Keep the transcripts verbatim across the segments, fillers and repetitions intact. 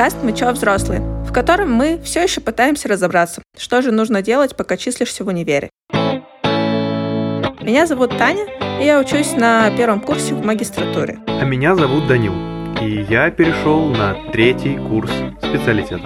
подкаст «Мы чё, взрослые?», в котором мы все еще пытаемся разобраться, что же нужно делать, пока числишься в универе. Меня зовут Таня, и я учусь на первом курсе в магистратуре. А меня зовут Данил, и я перешел на третий курс специалитета.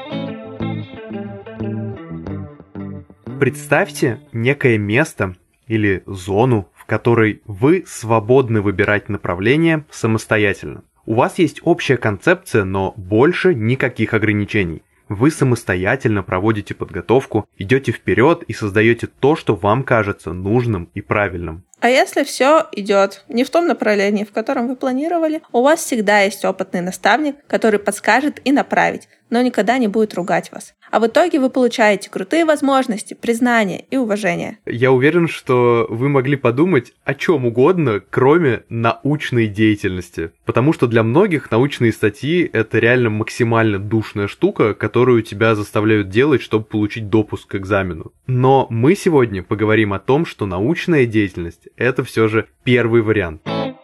Представьте некое место или зону, в которой вы свободны выбирать направление самостоятельно. У вас есть общая концепция, но больше никаких ограничений. Вы самостоятельно проводите подготовку, идете вперед и создаете то, что вам кажется нужным и правильным. А если все идет не в том направлении, в котором вы планировали, у вас всегда есть опытный наставник, который подскажет и направит, но никогда не будет ругать вас. А в итоге вы получаете крутые возможности, признание и уважение. Я уверен, что вы могли подумать о чем угодно, кроме научной деятельности. Потому что для многих научные статьи — это реально максимально душная штука, которую тебя заставляют делать, чтобы получить допуск к экзамену. Но мы сегодня поговорим о том, что научная деятельность — это все же первый вариант.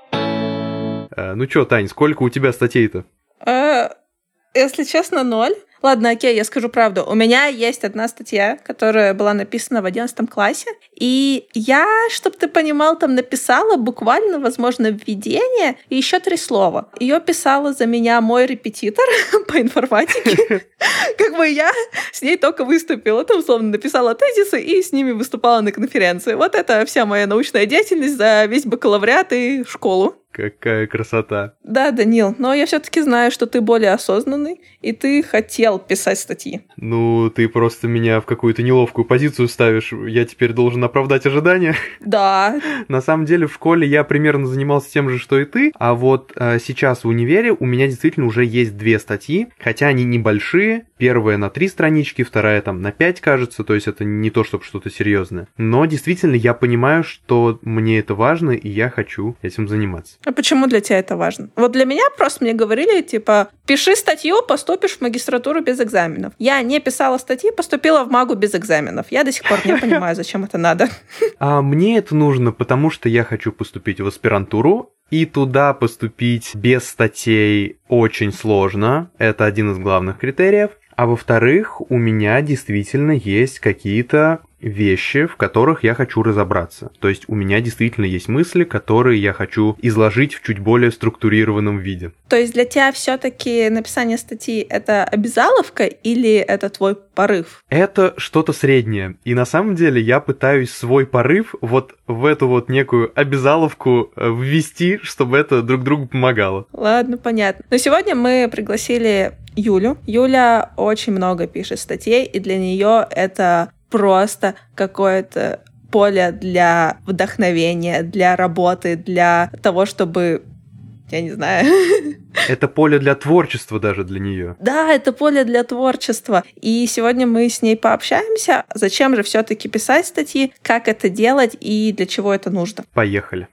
Э, ну чё, Тань, сколько у тебя статей-то? Э, если честно, ноль. Ладно, окей, я скажу правду. У меня есть одна статья, которая была написана в одиннадцатом классе, и я, чтобы ты понимал, там написала буквально, возможно, введение и еще три слова. Ее писала за меня мой репетитор по информатике. Как бы я с ней только выступила, там, условно, написала тезисы и с ними выступала на конференции. Вот это вся моя научная деятельность за весь бакалавриат и школу. Какая красота. Да, Данил, но я все-таки знаю, что ты более осознанный, и ты хотел писать статьи. Ну, ты просто меня в какую-то неловкую позицию ставишь. Я теперь должен оправдать ожидания. Да. На самом деле в школе я примерно занимался тем же, что и ты, а вот э, сейчас в универе у меня действительно уже есть две статьи, хотя они небольшие. Первая на три странички, вторая там на пять, кажется, то есть это не то, чтобы что-то серьезное. Но действительно я понимаю, что мне это важно, и я хочу этим заниматься. А почему для тебя это важно? Вот для меня просто мне говорили, типа, пиши статью, поступишь в магистратуру без экзаменов. Я не писала статьи, поступила в магу без экзаменов. Я до сих пор не понимаю, зачем это надо. А мне это нужно, потому что я хочу поступить в аспирантуру, и туда поступить без статей очень сложно. Это один из главных критериев. А во-вторых, у меня действительно есть какие-то вещи, в которых я хочу разобраться. То есть у меня действительно есть мысли, которые я хочу изложить в чуть более структурированном виде. То есть для тебя все-таки написание статьи — это обязаловка или это твой порыв? Это что-то среднее. И на самом деле я пытаюсь свой порыв вот в эту вот некую обязаловку ввести, чтобы это друг другу помогало. Ладно, понятно. Но сегодня мы пригласили Юлю. Юля очень много пишет статей, и для нее это просто какое-то поле для вдохновения, для работы, для того, чтобы... Я не знаю. Это поле для творчества даже для нее. Да, это поле для творчества. И сегодня мы с ней пообщаемся. Зачем же все-таки писать статьи, как это делать и для чего это нужно. Поехали.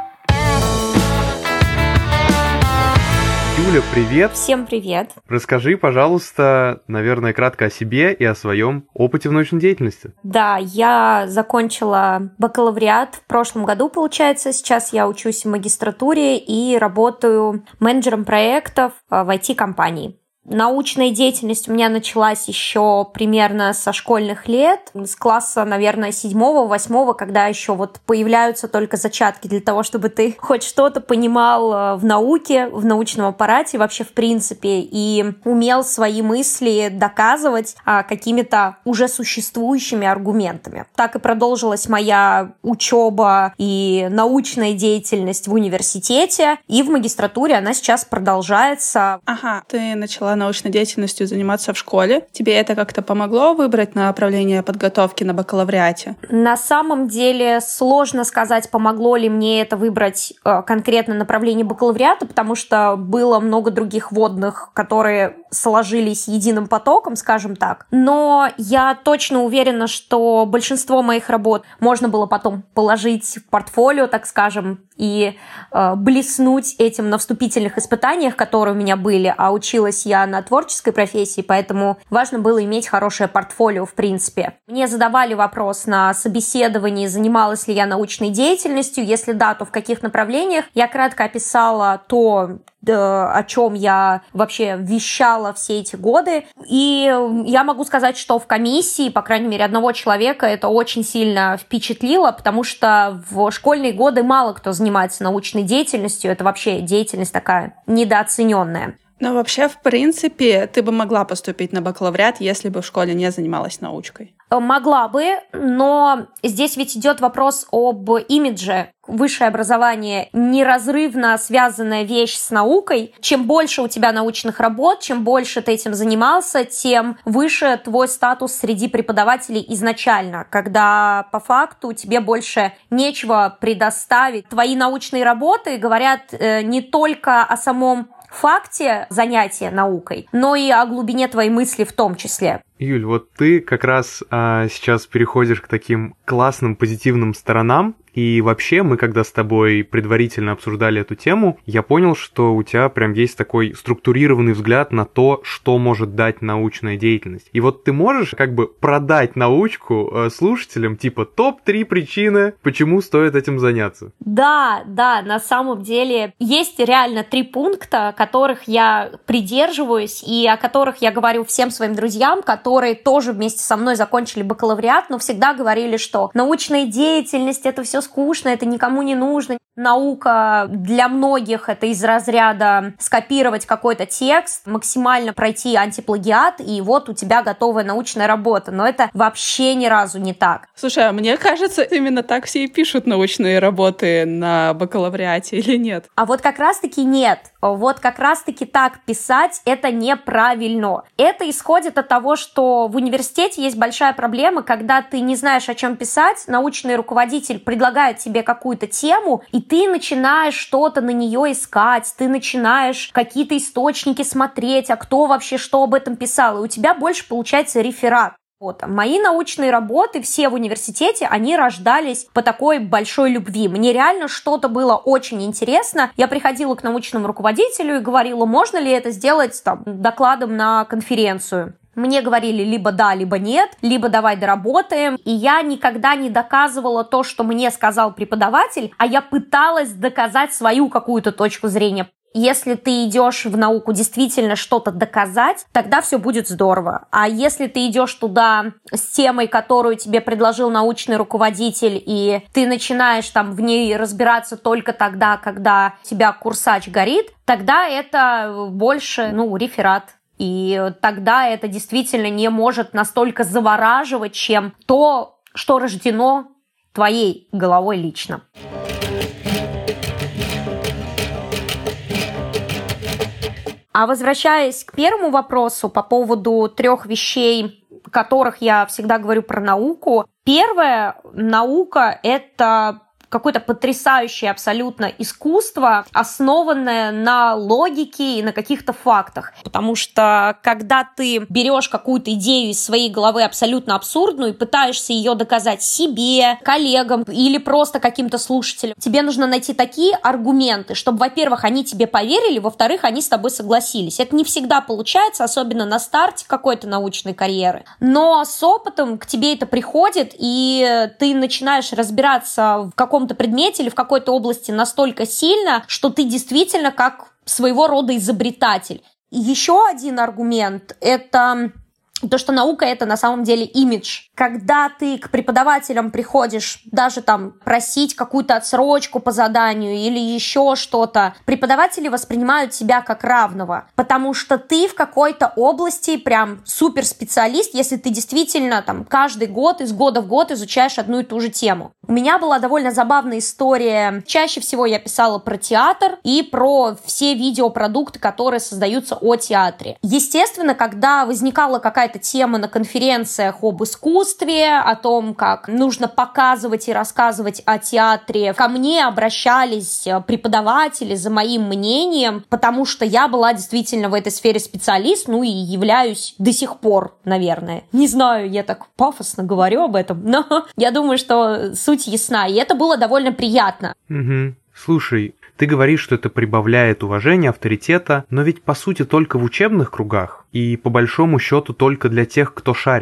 Юля, привет! Всем привет! Расскажи, пожалуйста, наверное, кратко о себе и о своем опыте в научной деятельности. Да, я закончила бакалавриат в прошлом году, получается. Сейчас я учусь в магистратуре и работаю менеджером проектов в ай ти-компании. Научная деятельность у меня началась еще примерно со школьных лет, с класса, наверное, седьмого-восьмого, когда еще вот появляются только зачатки для того, чтобы ты хоть что-то понимал в науке, в научном аппарате, вообще в принципе, и умел свои мысли доказывать какими-то уже существующими аргументами. Так и продолжилась моя учеба и научная деятельность в университете, и в магистратуре она сейчас продолжается. Ага, ты начала научной деятельностью заниматься в школе. Тебе это как-то помогло выбрать направление подготовки на бакалавриате? На самом деле сложно сказать, помогло ли мне это выбрать э, конкретно направление бакалавриата, потому что было много других вводных, которые сложились единым потоком, скажем так. Но я точно уверена, что большинство моих работ можно было потом положить в портфолио, так скажем, и э, блеснуть этим на вступительных испытаниях, которые у меня были, а училась я на творческой профессии, поэтому важно было иметь хорошее портфолио, в принципе. Мне задавали вопрос на собеседовании, занималась ли я научной деятельностью, если да, то в каких направлениях. Я кратко описала то, да, о чем я вообще вещала все эти годы. И я могу сказать, что в комиссии, по крайней мере, одного человека это очень сильно впечатлило, потому что в школьные годы мало кто занимается научной деятельностью. Это вообще деятельность такая недооцененная. Но вообще, в принципе, ты бы могла поступить на бакалавриат, если бы в школе не занималась научкой. Могла бы, но здесь ведь идет вопрос об имидже. Высшее образование — неразрывно связанная вещь с наукой. Чем больше у тебя научных работ, чем больше ты этим занимался, тем выше твой статус среди преподавателей изначально, когда по факту тебе больше нечего предоставить. Твои научные работы говорят э, не только о самом факте занятия наукой, но и о глубине твоей мысли в том числе. Юль, вот ты как раз а, сейчас переходишь к таким классным позитивным сторонам, и вообще мы, когда с тобой предварительно обсуждали эту тему, я понял, что у тебя прям есть такой структурированный взгляд на то, что может дать научная деятельность. И вот ты можешь как бы продать научку э, слушателям, типа топ три причины, почему стоит этим заняться? Да, да, на самом деле есть реально три пункта, которых я придерживаюсь и о которых я говорю всем своим друзьям, которые тоже вместе со мной закончили бакалавриат, но всегда говорили, что научная деятельность — это все скучно, это никому не нужно. Наука для многих — это из разряда скопировать какой-то текст, максимально пройти антиплагиат, и вот у тебя готовая научная работа. Но это вообще ни разу не так. Слушай, а мне кажется, именно так все и пишут научные работы на бакалавриате, или нет? А вот как раз-таки нет. Вот как раз-таки так писать — это неправильно. Это исходит от того, что в университете есть большая проблема, когда ты не знаешь, о чем писать, научный руководитель предлагает тебе какую-то тему, и ты начинаешь что-то на нее искать, ты начинаешь какие-то источники смотреть, а кто вообще что об этом писал, и у тебя больше получается реферат. Вот. Мои научные работы все в университете, они рождались по такой большой любви. Мне реально что-то было очень интересно. Я приходила к научному руководителю и говорила, можно ли это сделать там, докладом на конференцию. Мне говорили либо да, либо нет, либо давай доработаем. И я никогда не доказывала то, что мне сказал преподаватель, а я пыталась доказать свою какую-то точку зрения. Если ты идешь в науку действительно что-то доказать, тогда все будет здорово. А если ты идешь туда с темой, которую тебе предложил научный руководитель, и ты начинаешь там в ней разбираться только тогда, когда у тебя курсач горит, тогда это больше, ну, реферат. И тогда это действительно не может настолько завораживать, чем то, что рождено твоей головой лично. А возвращаясь к первому вопросу по поводу трех вещей, которых я всегда говорю про науку. Первое, наука — это какое-то потрясающее абсолютно искусство, основанное на логике и на каких-то фактах. Потому что когда ты берешь какую-то идею из своей головы абсолютно абсурдную и пытаешься ее доказать себе, коллегам или просто каким-то слушателям, тебе нужно найти такие аргументы, чтобы, во-первых, они тебе поверили, во-вторых, они с тобой согласились. Это не всегда получается, особенно на старте какой-то научной карьеры. Но с опытом к тебе это приходит, и ты начинаешь разбираться в каком каком-то предмете или в какой-то области настолько сильно, что ты действительно как своего рода изобретатель. И еще один аргумент – это то, что наука — это на самом деле имидж. Когда ты к преподавателям приходишь даже там просить какую-то отсрочку по заданию или еще что-то, преподаватели воспринимают тебя как равного, потому что ты в какой-то области прям суперспециалист, если ты действительно там каждый год, из года в год изучаешь одну и ту же тему. У меня была довольно забавная история. Чаще всего я писала про театр и про все видеопродукты, которые создаются о театре. Естественно, когда возникала какая-то тема на конференциях об искусстве, о том, как нужно показывать и рассказывать о театре, ко мне обращались преподаватели за моим мнением, потому что я была действительно в этой сфере специалист, ну и являюсь до сих пор, наверное. Не знаю, я так пафосно говорю об этом, но я думаю, что суть ясна, и это было довольно приятно. Угу. Слушай, ты говоришь, что это прибавляет уважения, авторитета, но ведь по сути только в учебных кругах и по большому счету только для тех, кто шарит.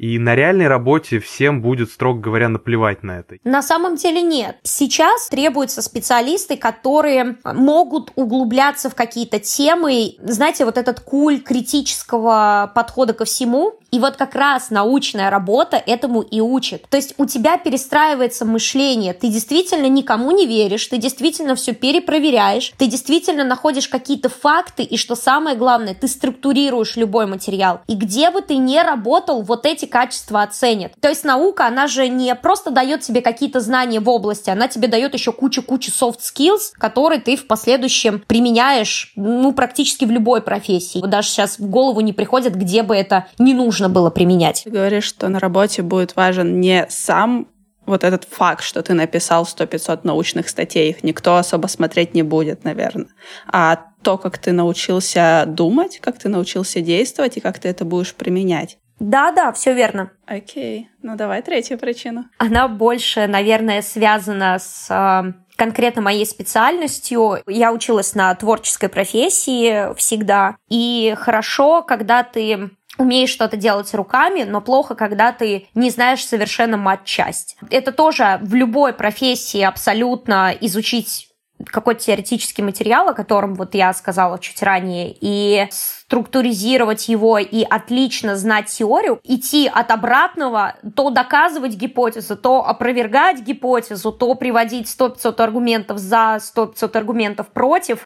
и на реальной работе всем будет, строго говоря, наплевать на это. На самом деле нет. Сейчас требуются специалисты, которые могут углубляться в какие-то темы. Знаете, вот этот культ критического подхода ко всему, и вот как раз научная работа этому и учит. То есть у тебя перестраивается мышление, ты действительно никому не веришь, ты действительно все перепроверяешь, ты действительно находишь какие-то факты, и что самое главное, ты структурируешь любой материал. И где бы ты ни работал, вот эти качества оценят. То есть наука, она же не просто дает тебе какие-то знания в области, она тебе дает еще кучу-кучу soft skills, которые ты в последующем применяешь, ну, практически в любой профессии. Даже сейчас в голову не приходит, где бы это не нужно было применять. Ты говоришь, что на работе будет важен не сам вот этот факт, что ты написал сто-пятьсот научных статей, их никто особо смотреть не будет, наверное, а то, как ты научился думать, как ты научился действовать и как ты это будешь применять. Да-да, все верно. Окей, ну давай третью причину. Она больше, наверное, связана с э, конкретно моей специальностью. Я училась на творческой профессии всегда, и хорошо, когда ты умеешь что-то делать руками, но плохо, когда ты не знаешь совершенно матчасть. Это тоже в любой профессии абсолютно изучить какой-то теоретический материал, о котором вот я сказала чуть ранее, и структуризировать его, и отлично знать теорию, идти от обратного, то доказывать гипотезу, то опровергать гипотезу, то приводить сто-пятьсот аргументов за, сто-пятьсот аргументов против.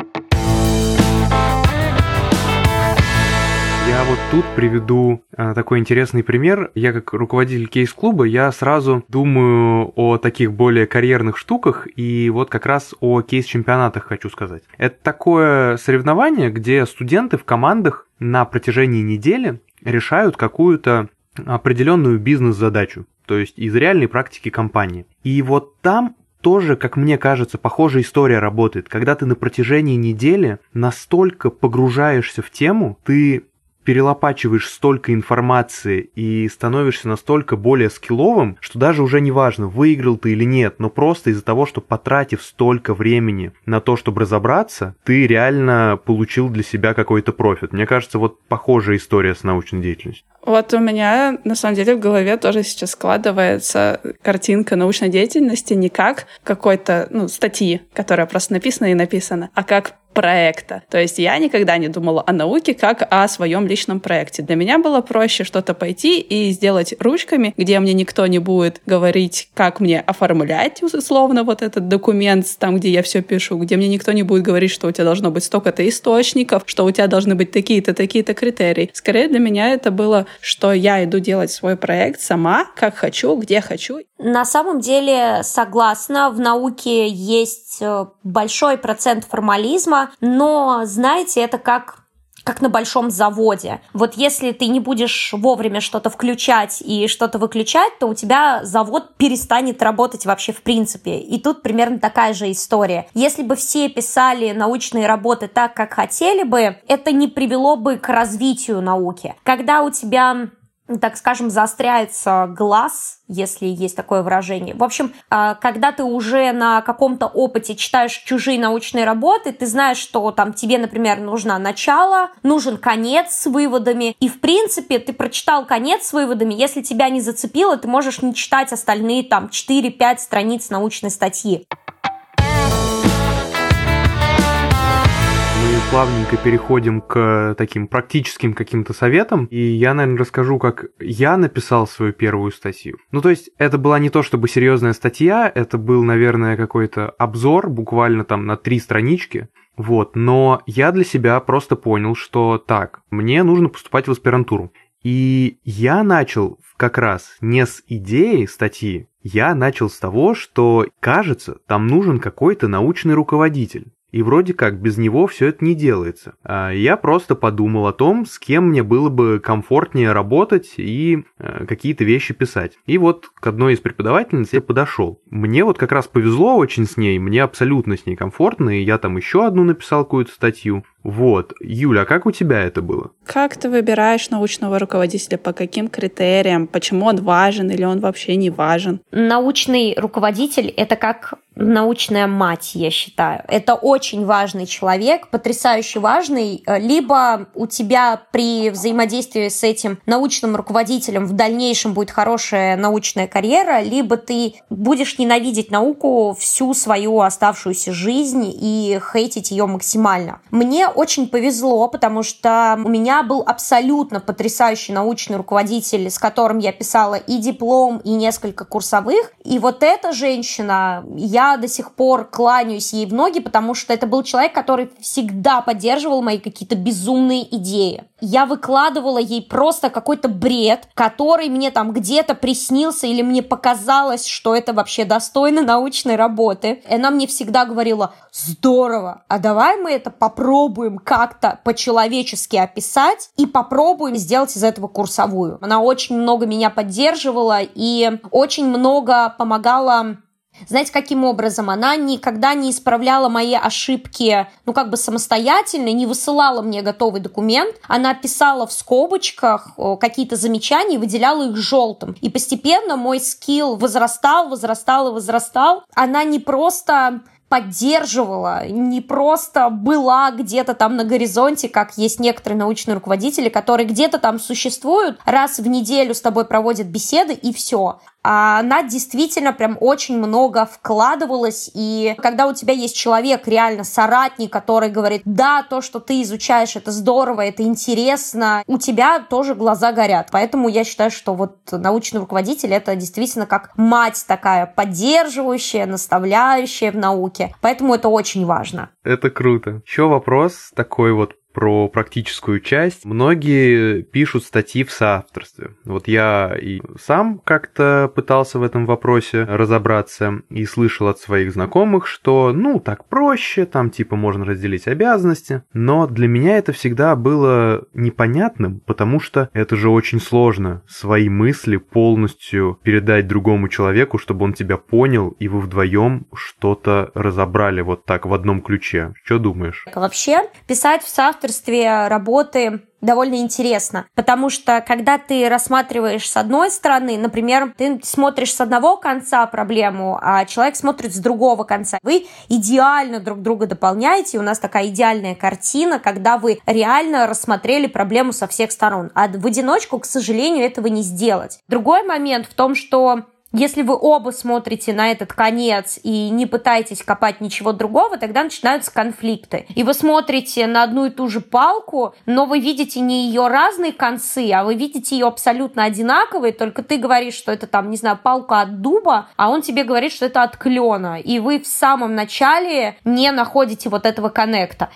Я вот тут приведу а, такой интересный пример. Я как руководитель кейс-клуба, я сразу думаю о таких более карьерных штуках, и вот как раз о кейс-чемпионатах хочу сказать. Это такое соревнование, где студенты в командах на протяжении недели решают какую-то определенную бизнес-задачу, то есть из реальной практики компании. И вот там тоже, как мне кажется, похожая история работает. Когда ты на протяжении недели настолько погружаешься в тему, ты перелопачиваешь столько информации и становишься настолько более скилловым, что даже уже не важно, выиграл ты или нет, но просто из-за того, что потратив столько времени на то, чтобы разобраться, ты реально получил для себя какой-то профит. Мне кажется, вот похожая история с научной деятельностью. Вот у меня, на самом деле, в голове тоже сейчас складывается картинка научной деятельности не как какой-то, ну, статьи, которая просто написана и написана, а как проекта. То есть я никогда не думала о науке как о своем личном проекте. Для меня было проще что-то пойти и сделать ручками, где мне никто не будет говорить, как мне оформлять, условно, вот этот документ, там, где я все пишу, где мне никто не будет говорить, что у тебя должно быть столько-то источников, что у тебя должны быть такие-то, такие-то критерии. Скорее для меня это было, что я иду делать свой проект сама, как хочу, где хочу. На самом деле, согласна, в науке есть большой процент формализма, но, знаете, это как, как на большом заводе. Вот если ты не будешь вовремя что-то включать и что-то выключать, то у тебя завод перестанет работать вообще в принципе. И тут примерно такая же история. Если бы все писали научные работы так, как хотели бы, это не привело бы к развитию науки. Когда у тебя, так скажем, заостряется глаз, если есть такое выражение. В общем, когда ты уже на каком-то опыте читаешь чужие научные работы, ты знаешь, что там тебе, например, нужно начало, нужен конец с выводами, и, в принципе, ты прочитал конец с выводами, если тебя не зацепило, ты можешь не читать остальные там четыре-пять страниц научной статьи. Плавненько переходим к таким практическим каким-то советам, и я, наверное, расскажу, как я написал свою первую статью. Ну, то есть, это была не то чтобы серьезная статья, это был, наверное, какой-то обзор, буквально там на три странички, вот, но я для себя просто понял, что так, мне нужно поступать в аспирантуру. И я начал как раз не с идеи статьи, я начал с того, что, кажется, там нужен какой-то научный руководитель. И вроде как без него все это не делается. Я просто подумал о том, с кем мне было бы комфортнее работать и какие-то вещи писать. И вот к одной из преподавательниц я подошел. Мне вот как раз повезло очень с ней, мне абсолютно с ней комфортно, и я там еще одну написал какую-то статью. Вот. Юля, а как у тебя это было? Как ты выбираешь научного руководителя? По каким критериям? Почему он важен или он вообще не важен? Научный руководитель — это как научная мать, я считаю. Это очень важный человек, потрясающе важный. Либо у тебя при взаимодействии с этим научным руководителем в дальнейшем будет хорошая научная карьера, либо ты будешь ненавидеть науку всю свою оставшуюся жизнь и хейтить ее максимально. Мне очень повезло, потому что у меня был абсолютно потрясающий научный руководитель, с которым я писала и диплом, и несколько курсовых. И вот эта женщина, я Я до сих пор кланяюсь ей в ноги, потому что это был человек, который всегда поддерживал мои какие-то безумные идеи. Я выкладывала ей просто какой-то бред, который мне там где-то приснился или мне показалось, что это вообще достойно научной работы. И она мне всегда говорила: здорово, а давай мы это попробуем как-то по-человечески описать и попробуем сделать из этого курсовую. Она очень много меня поддерживала и очень много помогала. Знаете, каким образом? Она никогда не исправляла мои ошибки, ну, как бы самостоятельно, не высылала мне готовый документ. Она писала в скобочках какие-то замечания и выделяла их желтым. И постепенно мой скилл возрастал, возрастал и возрастал. Она не просто поддерживала, не просто была где-то там на горизонте, как есть некоторые научные руководители, которые где-то там существуют, раз в неделю с тобой проводят беседы и все. А она действительно прям очень много вкладывалась, и когда у тебя есть человек, реально соратник, который говорит: да, то, что ты изучаешь, это здорово, это интересно, у тебя тоже глаза горят. Поэтому я считаю, что вот научный руководитель — это действительно как мать такая, поддерживающая, наставляющая в науке. Поэтому это очень важно. Это круто. Еще вопрос такой вот про практическую часть. Многие пишут статьи в соавторстве. Вот я и сам как-то пытался в этом вопросе разобраться и слышал от своих знакомых, что, ну, так проще, там типа можно разделить обязанности. Но для меня это всегда было непонятным, потому что это же очень сложно свои мысли полностью передать другому человеку, чтобы он тебя понял, и вы вдвоем что-то разобрали вот так в одном ключе. Что думаешь? Вообще, писать в соавторстве работы довольно интересно, потому что когда ты рассматриваешь с одной стороны, например, ты смотришь с одного конца проблему, а человек смотрит с другого конца, вы идеально друг друга дополняете, и у нас такая идеальная картина, когда вы реально рассмотрели проблему со всех сторон, а в одиночку, к сожалению, этого не сделать. Другой момент в том, что если вы оба смотрите на этот конец и не пытаетесь копать ничего другого, тогда начинаются конфликты. И вы смотрите на одну и ту же палку, но вы видите не ее разные концы, а вы видите ее абсолютно одинаковые, только ты говоришь, что это там, не знаю, палка от дуба, а он тебе говорит, что это от клена. И вы в самом начале не находите вот этого коннекта.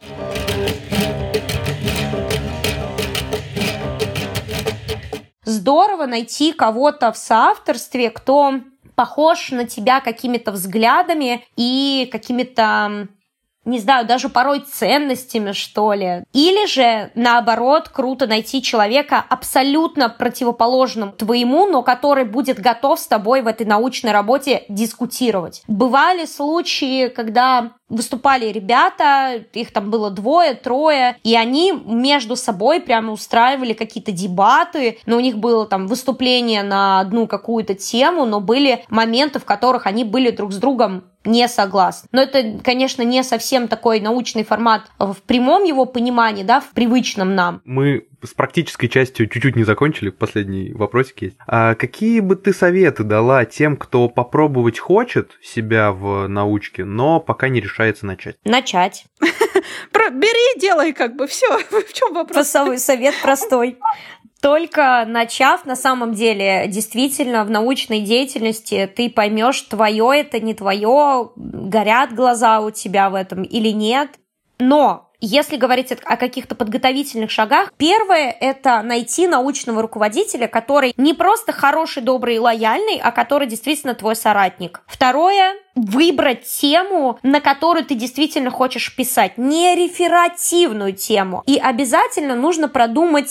Здорово найти кого-то в соавторстве, кто похож на тебя какими-то взглядами и какими-то, не знаю, даже порой ценностями, что ли. Или же, наоборот, круто найти человека абсолютно противоположным твоему, но который будет готов с тобой в этой научной работе дискутировать. Бывали случаи, когда выступали ребята, их там было двое, трое, и они между собой прямо устраивали какие-то дебаты, но у них было там выступление на одну какую-то тему, но были моменты, в которых они были друг с другом не согласны. Но это, конечно, не совсем такой научный формат в прямом его понимании, да, в привычном нам. Мы с практической частью чуть-чуть не закончили, последний вопросик есть. А какие бы ты советы дала тем, кто попробовать хочет себя в научке, но пока не решается начать? Начать. Бери и делай, как бы, все. В чем вопрос? Совет простой. Только начав, на самом деле, действительно, в научной деятельности ты поймешь, твое это, не твое, горят глаза у тебя в этом или нет. Но если говорить о каких-то подготовительных шагах, первое – это найти научного руководителя, который не просто хороший, добрый и лояльный, а который действительно твой соратник. Второе – выбрать тему, на которую ты действительно хочешь писать, не реферативную тему. И обязательно нужно продумать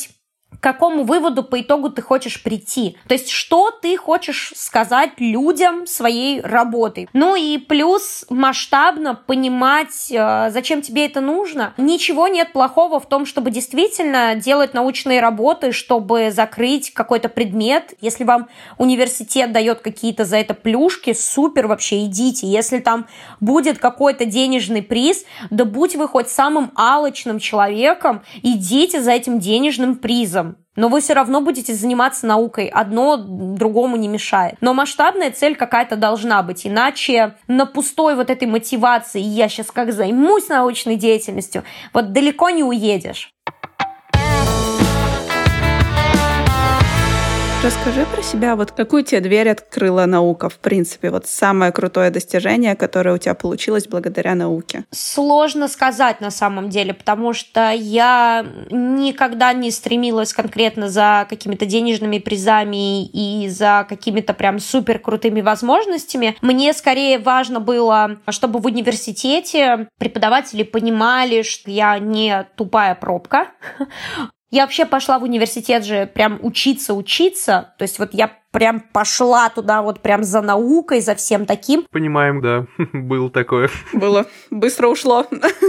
к какому выводу по итогу ты хочешь прийти. То есть, что ты хочешь сказать людям своей работой. Ну и плюс масштабно понимать, зачем тебе это нужно. Ничего нет плохого в том, чтобы действительно делать научные работы, чтобы закрыть какой-то предмет. Если вам университет дает какие-то за это плюшки, супер, вообще идите. Если там будет какой-то денежный приз, да будь вы хоть самым алчным человеком, идите за этим денежным призом. Но вы все равно будете заниматься наукой. Одно другому не мешает. Но масштабная цель какая-то должна быть. Иначе на пустой вот этой мотивации «я сейчас как займусь научной деятельностью» вот далеко не уедешь. Расскажи про себя, вот какую тебе дверь открыла наука, в принципе, вот самое крутое достижение, которое у тебя получилось благодаря науке? Сложно сказать на самом деле, потому что я никогда не стремилась конкретно за какими-то денежными призами и за какими-то прям супер крутыми возможностями. Мне скорее важно было, чтобы в университете преподаватели понимали, что я не тупая пробка. Я вообще пошла в университет же прям учиться-учиться, то есть вот я прям пошла туда вот прям за наукой, за всем таким. Понимаем, да, было такое. Было, быстро ушло.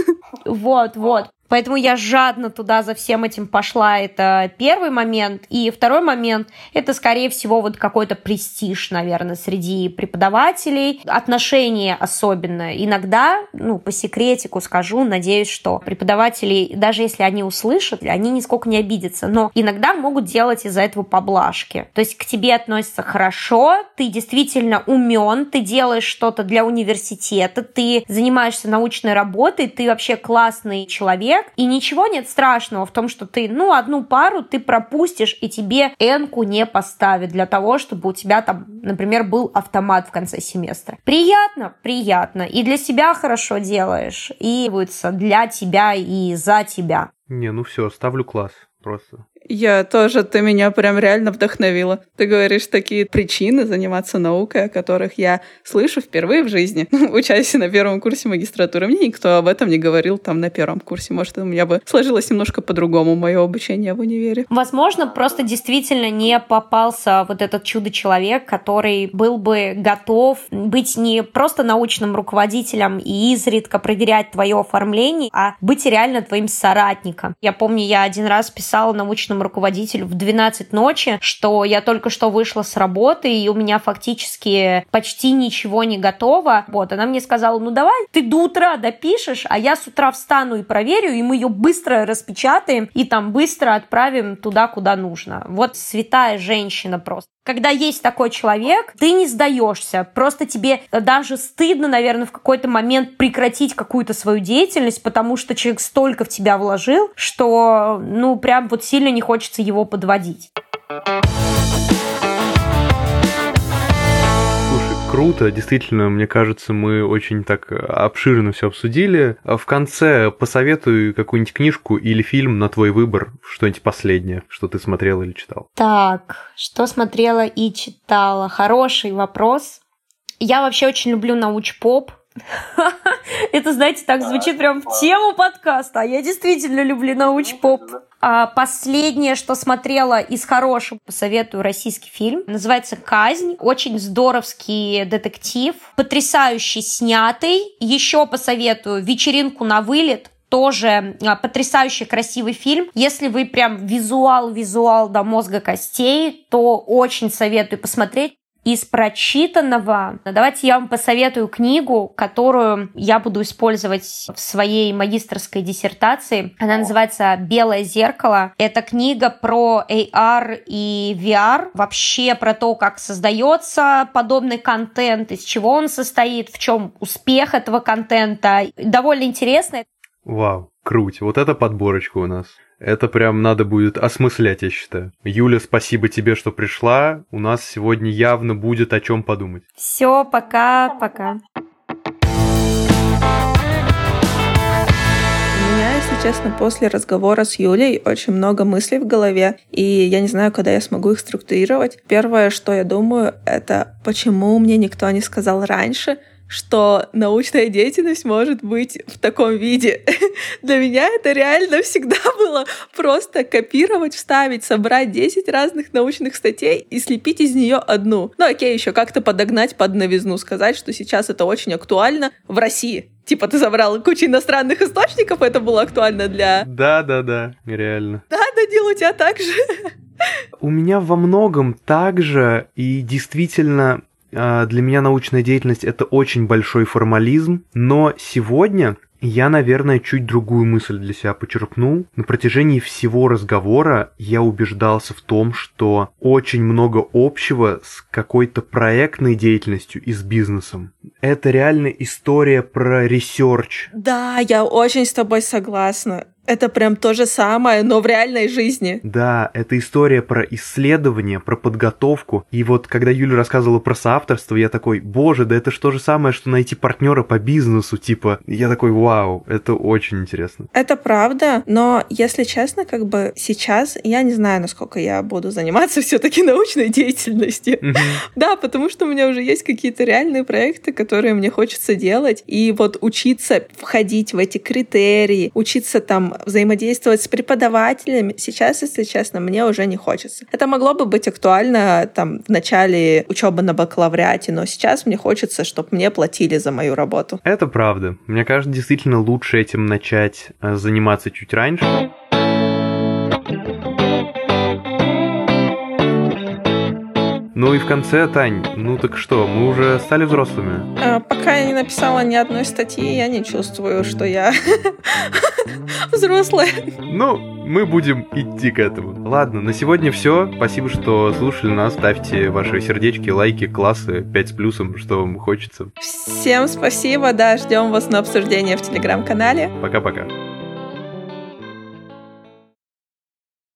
Вот, вот. Поэтому я жадно туда за всем этим пошла, это первый момент. И второй момент, это, скорее всего, вот какой-то престиж, наверное, среди преподавателей. Отношения особенно. Иногда, ну, по секретику скажу, надеюсь, что преподаватели, даже если они услышат, они нисколько не обидятся, но иногда могут делать из-за этого поблажки. То есть к тебе относятся хорошо, ты действительно умен, ты делаешь что-то для университета, ты занимаешься научной работой, ты вообще классный человек, и ничего нет страшного в том, что ты, ну, одну пару ты пропустишь, и тебе энку не поставят для того, чтобы у тебя там, например, был автомат в конце семестра. Приятно? Приятно. И для себя хорошо делаешь, и будет для тебя и за тебя. Не, ну все, ставлю класс просто. Я тоже, ты меня прям реально вдохновила. Ты говоришь такие причины заниматься наукой, о которых я слышу впервые в жизни. Учась на первом курсе магистратуры, мне никто об этом не говорил там на первом курсе. Может, у меня бы сложилось немножко по-другому мое обучение в универе. Возможно, просто действительно не попался вот этот чудо-человек, который был бы готов быть не просто научным руководителем и изредка проверять твое оформление, а быть реально твоим соратником. Я помню, я один раз писала научному руководителю в двенадцать ночи, что я только что вышла с работы, и у меня фактически почти ничего не готово. Вот, она мне сказала, ну давай, ты до утра допишешь, а я с утра встану и проверю, и мы ее быстро распечатаем, и там быстро отправим туда, куда нужно. Вот святая женщина просто. Когда есть такой человек, ты не сдаешься. Просто тебе даже стыдно, наверное, в какой-то момент прекратить какую-то свою деятельность, потому что человек столько в тебя вложил, что, ну, прям вот сильно не хочется его подводить. Круто, действительно, мне кажется, мы очень так обширно все обсудили. В конце посоветуй какую-нибудь книжку или фильм на твой выбор, что-нибудь последнее, что ты смотрела или читал. Так, что смотрела и читала? Хороший вопрос. Я вообще очень люблю научпоп. Это, знаете, так звучит прям в тему подкаста, а я действительно люблю научпоп. А последнее, что смотрела из хорошего, посоветую российский фильм. Называется «Казнь». Очень здоровский детектив, потрясающе снятый. Еще посоветую «Вечеринку на вылет». Тоже потрясающе красивый фильм. Если вы прям визуал-визуал до мозга костей, то очень советую посмотреть. Из прочитанного, давайте я вам посоветую книгу, которую я буду использовать в своей магистерской диссертации. Она называется «Белое зеркало». Это книга про эй ар и ви ар, вообще про то, как создается подобный контент, из чего он состоит, в чем успех этого контента. Довольно интересно. Вау, круть, вот это подборочка у нас. Это прям надо будет осмыслять, я считаю. Юля, спасибо тебе, что пришла. У нас сегодня явно будет о чем подумать. Все, пока-пока. У меня, если честно, после разговора с Юлей очень много мыслей в голове, и я не знаю, когда я смогу их структурировать. Первое, что я думаю, это почему мне никто не сказал раньше, что научная деятельность может быть в таком виде. Для меня это реально всегда было просто копировать, вставить, собрать десять разных научных статей и слепить из нее одну. Ну окей, еще как-то подогнать под новизну, сказать, что сейчас это очень актуально в России. Типа ты забрал кучу иностранных источников, это было актуально для... Да-да-да, реально. Да, Данил, у тебя так же. У меня во многом так же, и действительно для меня научная деятельность — это очень большой формализм, но сегодня я, наверное, чуть другую мысль для себя почерпнул. На протяжении всего разговора я убеждался в том, что очень много общего с какой-то проектной деятельностью и с бизнесом. Это реально история про ресерч. Да, я очень с тобой согласна. Это прям то же самое, но в реальной жизни. Да, это история про исследование, про подготовку. И вот когда Юля рассказывала про соавторство, я такой, боже, да это ж то же самое, что найти партнера по бизнесу, типа. Я такой, вау, это очень интересно. Это правда, но если честно, как бы сейчас я не знаю, насколько я буду заниматься все-таки научной деятельностью. Mm-hmm. Да, потому что у меня уже есть какие-то реальные проекты, которые мне хочется делать. И вот учиться входить в эти критерии, учиться там взаимодействовать с преподавателями, сейчас, если честно, мне уже не хочется. Это могло бы быть актуально там в начале учебы на бакалавриате, но сейчас мне хочется, чтобы мне платили за мою работу. Это правда. Мне кажется, действительно лучше этим начать заниматься чуть раньше. Ну и в конце, Тань, ну так что, мы уже стали взрослыми? А, пока я не написала ни одной статьи, я не чувствую, что я взрослая. Ну, мы будем идти к этому. Ладно, на сегодня все. Спасибо, что слушали нас. Ставьте ваши сердечки, лайки, классы, пять с плюсом, что вам хочется. Всем спасибо, да, ждем вас на обсуждение в Телеграм-канале. Пока-пока.